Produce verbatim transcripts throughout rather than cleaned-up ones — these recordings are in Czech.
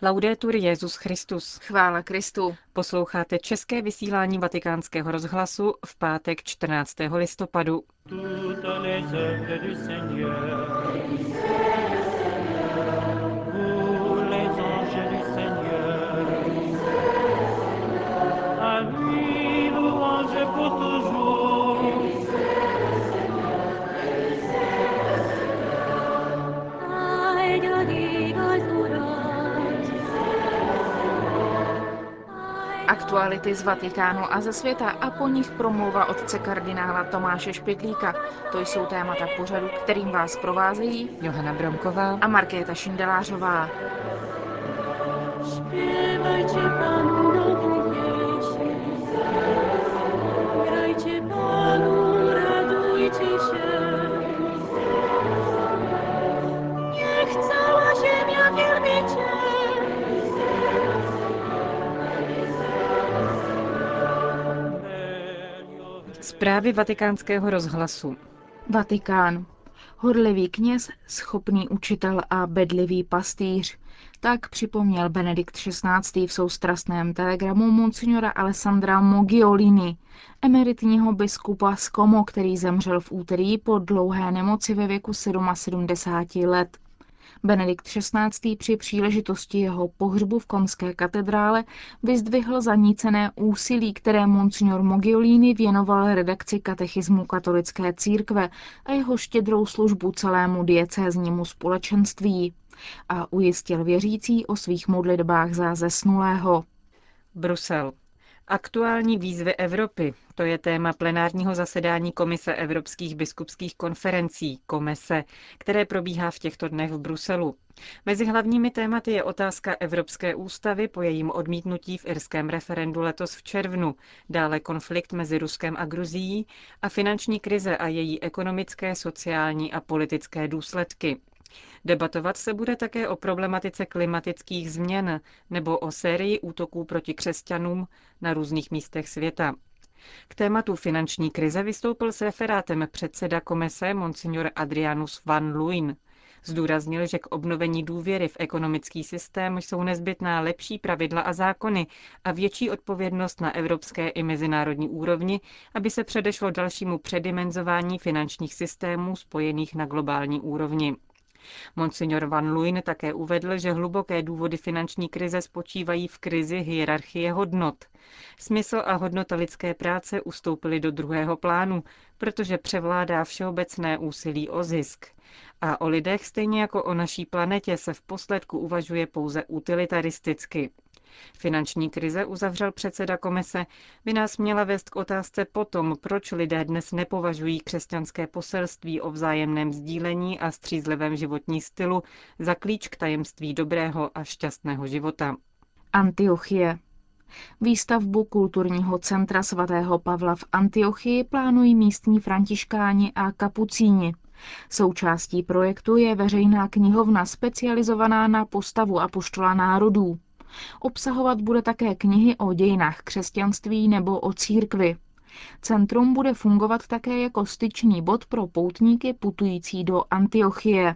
Laudetur Jesus Christus. Chvála Kristu. Posloucháte české vysílání Vatikánského rozhlasu v pátek čtrnáctého listopadu. Aktuality z Vatikánu a ze světa a po nich promluva otce kardinála Tomáše Špidlíka. To jsou témata pořadu, kterým vás provázejí Johana Bronková a Markéta Šindelářová. Śpiewajcie Panu nowe pieśni, grajcie Panu, radujcie się. Niech cała ziemia wielbi Cię. Zprávy Vatikánského rozhlasu. Vatikán. Horlivý kněz, schopný učitel a bedlivý pastýř. Tak připomněl Benedikt šestnáctý v soustrastném telegramu monsignora Alessandra Moggiolini, emeritního biskupa z Como, který zemřel v úterý po dlouhé nemoci ve věku sedmdesáti sedmi let. Benedikt šestnáctý při příležitosti jeho pohřbu v komské katedrále vyzdvihl zanícené úsilí, které monsignor Moggiolini věnoval redakci katechismu katolické církve a jeho štědrou službu celému diecéznímu společenství a ujistil věřící o svých modlitbách za zesnulého. Brusel. Aktuální výzvy Evropy, to je téma plenárního zasedání Komise Evropských biskupských konferencí, Komese, které probíhá v těchto dnech v Bruselu. Mezi hlavními tématy je otázka Evropské ústavy po jejím odmítnutí v irském referendu letos v červnu, dále konflikt mezi Ruskem a Gruzií a finanční krize a její ekonomické, sociální a politické důsledky. Debatovat se bude také o problematice klimatických změn nebo o sérii útoků proti křesťanům na různých místech světa. K tématu finanční krize vystoupil s referátem předseda Komese monsignor Adrianus van Luin. Zdůraznil, že k obnovení důvěry v ekonomický systém jsou nezbytná lepší pravidla a zákony a větší odpovědnost na evropské i mezinárodní úrovni, aby se předešlo dalšímu předimenzování finančních systémů spojených na globální úrovni. Monsignor van Luin také uvedl, že hluboké důvody finanční krize spočívají v krizi hierarchie hodnot. Smysl a hodnota lidské práce ustoupily do druhého plánu, protože převládá všeobecné úsilí o zisk. A o lidech, stejně jako o naší planetě, se v posledku uvažuje pouze utilitaristicky. Finanční krize, uzavřel předseda Komise, by nás měla vést k otázce potom, proč lidé dnes nepovažují křesťanské poselství o vzájemném sdílení a střízlivém životní stylu za klíč k tajemství dobrého a šťastného života. Antiochie. Výstavbu kulturního centra svatého Pavla v Antiochii plánují místní františkáni a kapucíni. Součástí projektu je veřejná knihovna specializovaná na postavu apoštola národů. Obsahovat bude také knihy o dějinách křesťanství nebo o církvi. Centrum bude fungovat také jako styčný bod pro poutníky putující do Antiochie.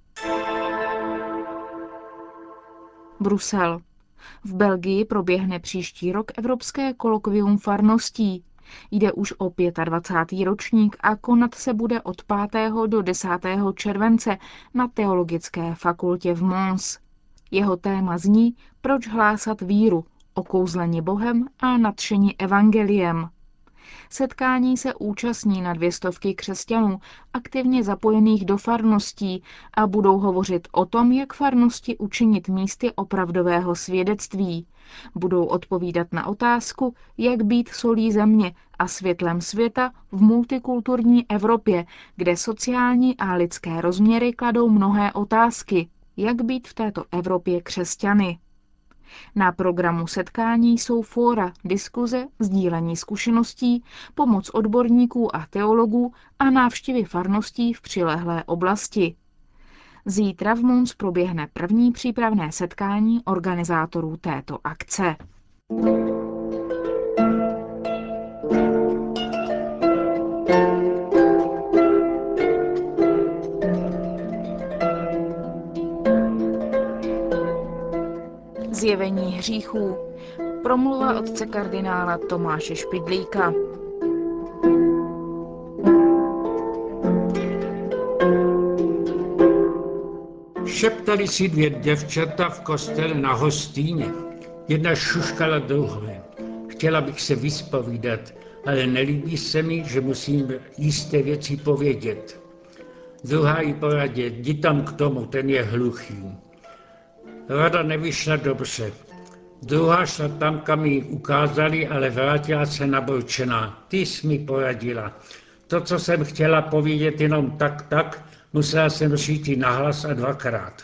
Brusel. V Belgii proběhne příští rok Evropské kolokvium farností. Jde už o dvacátý pátý ročník a konat se bude od pátého do desátého července na Teologické fakultě v Mons. Jeho téma zní Proč hlásat víru, okouzleni Bohem a nadšení evangeliem. Setkání se účastní na dvě stovky křesťanů, aktivně zapojených do farností a budou hovořit o tom, jak farnosti učinit místy opravdového svědectví. Budou odpovídat na otázku, jak být solí země a světlem světa v multikulturní Evropě, kde sociální a lidské rozměry kladou mnohé otázky. Jak být v této Evropě křesťany. Na programu setkání jsou fóra, diskuze, sdílení zkušeností, pomoc odborníků a teologů a návštěvy farností v přilehlé oblasti. Zítra v Mons proběhne první přípravné setkání organizátorů této akce. Zjevení hříchů. Promluva otce kardinála Tomáše Špidlíka. Šeptali si dvě děvčata v kostele na hostýně. Jedna šuškala druhé. Chtěla bych se vyspovídat, ale nelíbí se mi, že musím jisté věci povědět. Druhá jí poradila, jdi tam k tomu, ten je hluchý. Rada nevyšla dobře. Druhá šla tam, kam jí ukázali, ale vrátila se nabroučená. Ty jsi mi poradila. To, co jsem chtěla povědět jenom tak, tak, musela jsem říct i nahlas a dvakrát.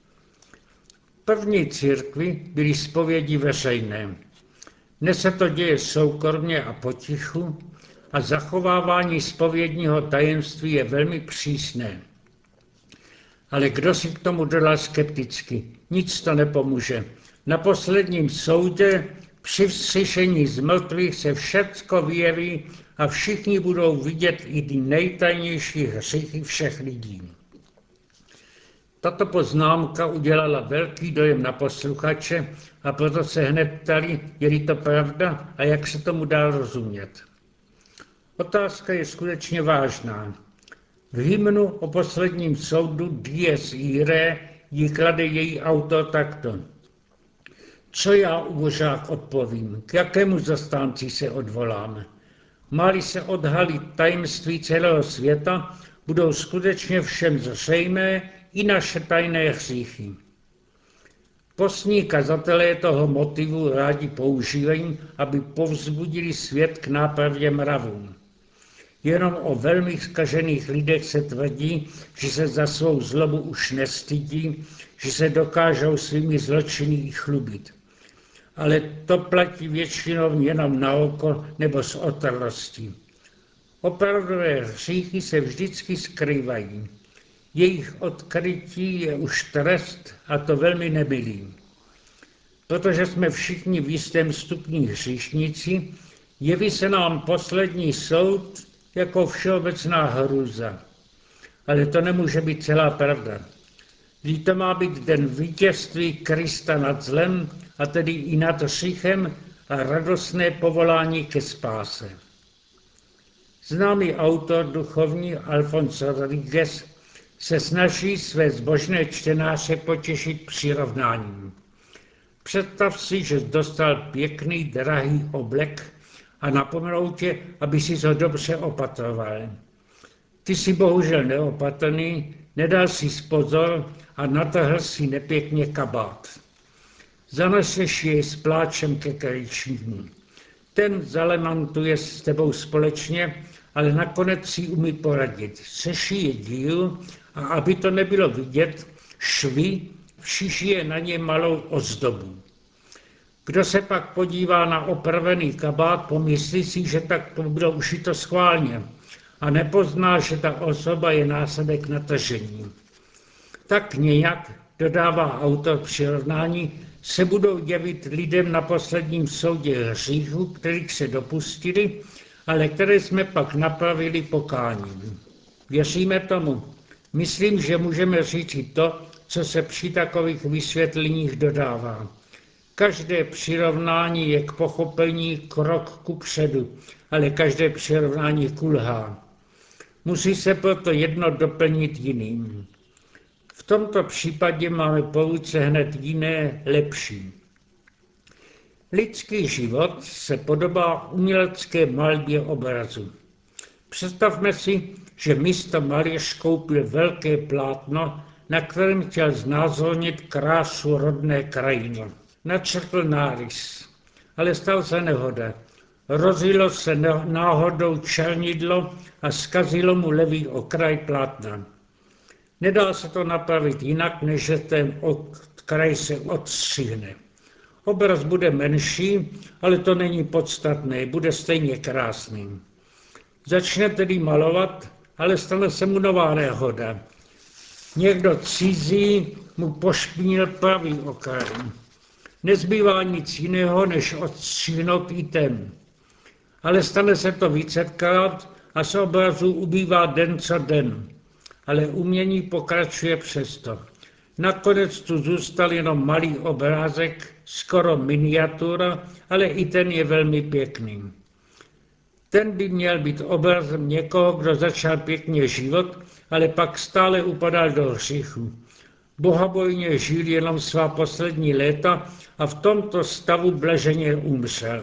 V první církvi byly zpovědi veřejné. Dnes se to děje soukromně a potichu a zachovávání zpovědního tajemství je velmi přísné. Ale kdo si k tomu dodal skepticky? Nic to nepomůže. Na posledním soudě při vzkříšení z mrtvých se všecko vyjeví a všichni budou vidět i ty nejtajnější hříchy všech lidí. Tato poznámka udělala velký dojem na posluchače a proto se hned ptali, je-li to pravda a jak se tomu dá rozumět. Otázka je skutečně vážná. V hymnu o posledním soudu Dies Irae jí klade její autor takto. Co já, ubožák, odpovím? K jakému zastánci se odvoláme? Má-li se odhalit tajemství celého světa, budou skutečně všem zřejmé i naše tajné hříchy. Postní kazatelé toho motivu rádi používají, aby povzbudili svět k nápravě mravů. Jenom o velmi zkažených lidech se tvrdí, že se za svou zlobu už nestydí, že se dokážou svými zločiny i chlubit. Ale to platí většinou jenom na oko nebo z otrlostí. Opravdové hříchy se vždycky skrývají. Jejich odkrytí je už trest a to velmi nemilý. Protože jsme všichni v jistém stupni hříšníci, jeví se nám poslední soud jako všeobecná hrůza. Ale to nemůže být celá pravda. Vždyť to má být den vítězství Krista nad zlem, a tedy i nad hříchem a radostné povolání ke spáse. Známý autor duchovní Alfonso Rodríguez se snaží své zbožné čtenáře potěšit přirovnáním. Představ si, že dostal pěkný, drahý oblek a napomenou tě, aby si ho dobře opatroval. Ty jsi bohužel neopatrný, nedal si pozor a natrhl si nepěkně kabát. Zaneseš jej s pláčem ke krejčímu. Ten zalemantuje s tebou společně, ale nakonec si umí poradit. Seší je díl a aby to nebylo vidět, švi, všižije na ně malou ozdobu. Kdo se pak podívá na opravený kabát, pomyslí si, že tak to bylo ušito schválně a nepozná, že ta osoba je následek natažení. Tak nějak, dodává autor přirovnání, se budou jevit lidem na posledním soudě hříchů, kterých se dopustili, ale které jsme pak napravili pokáním. Věříme tomu? Myslím, že můžeme říct i to, co se při takových vysvětleních dodává. Každé přirovnání je k pochopení krok kupředu, ale každé přirovnání kulhá. Musí se proto jedno doplnit jiným. V tomto případě máme po ruce hned jiné, lepší. Lidský život se podobá umělecké malbě obrazu. Představme si, že místo malíř koupil velké plátno, na kterém chtěl znázornit krásu rodné krajiny. Načrtl nárys, ale stal se nehoda. Rozjelo se náhodou černidlo a zkazilo mu levý okraj plátna. Nedá se to napravit jinak, než že ten kraj se odstřihne. Obraz bude menší, ale to není podstatné, bude stejně krásný. Začne tedy malovat, ale stane se mu nová nehoda. Někdo cizí mu pošpinil pravý okraj. Nezbývá nic jiného, než odstřihnout i ten. Ale stane se to vícekrát a z obrazu ubývá den co den. Ale umění pokračuje přesto. Nakonec tu zůstal jenom malý obrázek, skoro miniatura, ale i ten je velmi pěkný. Ten by měl být obrazem někoho, kdo začal pěkně život, ale pak stále upadal do hříchu. Bohabojně žil jenom svá poslední léta a v tomto stavu bleženě umřel.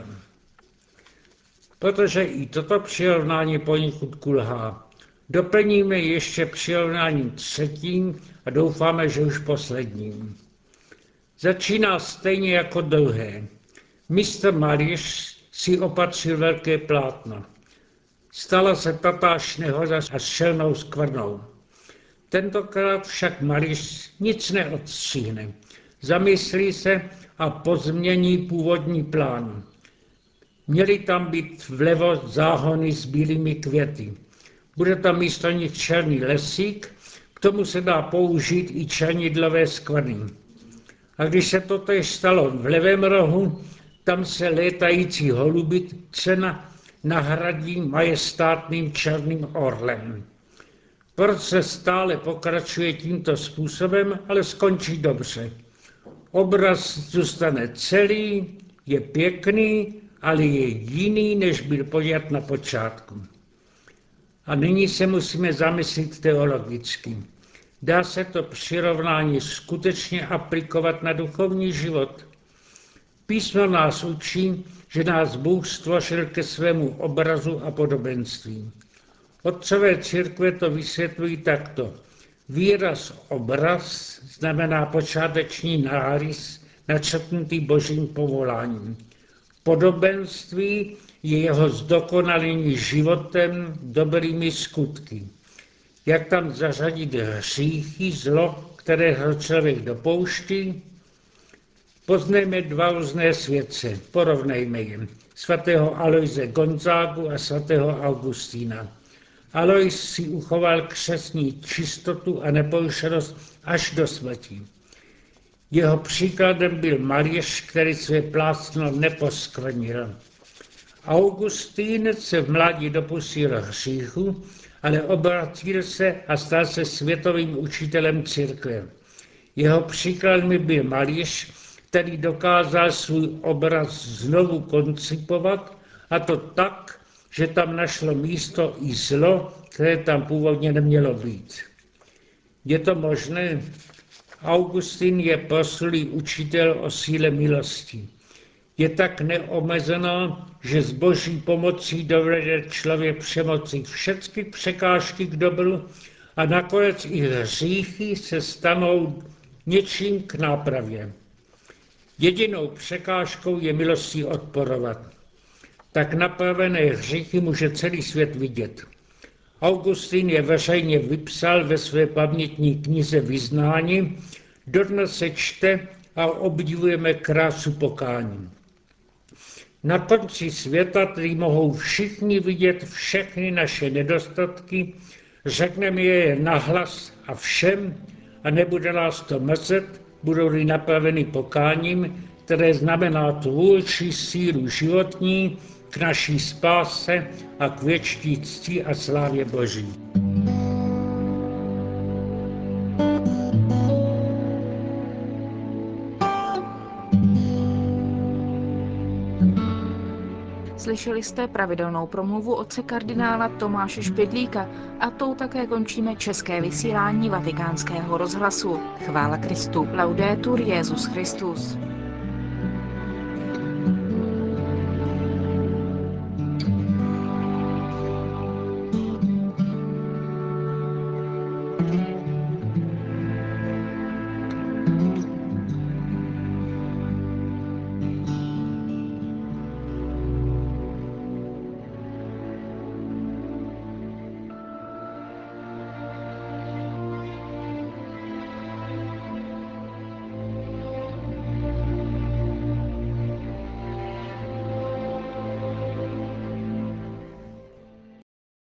Protože i toto přirovnání poněkud kulhá. Doplníme ještě přirovnáním třetím a doufáme, že už posledním. Začíná stejně jako druhé. mistr Malíř si opatřil velké plátno. Stala se tatáž nehoda a s šelnou skvrnou. Tentokrát však malíř nic neodstříhne. Zamyslí se a pozmění původní plán. Měly tam být vlevo záhony s bílými květy. Bude tam místo nich černý lesík, k tomu se dá použít i černidlové skvrny. A když se totéž stalo v levém rohu, tam se létající holubice nahradí majestátným černým orlem. Proces stále pokračuje tímto způsobem, ale skončí dobře. Obraz zůstane celý, je pěkný, ale je jiný, než byl pojat na počátku. A nyní se musíme zamyslet teologicky. Dá se to přirovnání skutečně aplikovat na duchovní život? Písmo nás učí, že nás Bůh stvořil ke svému obrazu a podobenství. Otcové církve to vysvětlují takto. Výraz obraz znamená počáteční nárys načrtnutý božím povoláním. Podobenství je jeho zdokonalení životem, dobrými skutky. Jak tam zařadit hříchy, zlo, kterého člověk dopouští? Poznejme dva různé světce, porovnejme je. Svatého Alojze Gonzágu a svatého Augustína. Alois si uchoval křestní čistotu a neporušenost až do smrti. Jeho příkladem byl malíř, který své plátno neposkvrnil. Augustín se v mládí dopustil hříchu, ale obratil se a stal se světovým učitelem církve. Jeho příkladem byl malíř, který dokázal svůj obraz znovu koncipovat, a to tak, že tam našlo místo i zlo, které tam původně nemělo být. Je to možné? Augustín je proslulý učitel o síle milosti. Je tak neomezená, že s boží pomocí dovede člověk přemoci všechny překážky k dobru a nakonec i hříchy se stanou něčím k nápravě. Jedinou překážkou je milostí odporovat. Tak napravené hříchy může celý svět vidět. Augustín je veřejně vypsal ve své pamětní knize Vyznání, dodnes se čte a obdivujeme krásu pokání. Na konci světa, který mohou všichni vidět všechny naše nedostatky, řekneme je nahlas a všem a nebude nás to mrzet, budou-li napraveny pokáním, které znamená tvůrčí sílu životní k naší spáse a k věčné cti a slávě Boží. Slyšeli jste pravidelnou promluvu otce kardinála Tomáše Špidlíka a tou také končíme české vysílání Vatikánského rozhlasu. Chvála Kristu. Laudetur Jesus Christus.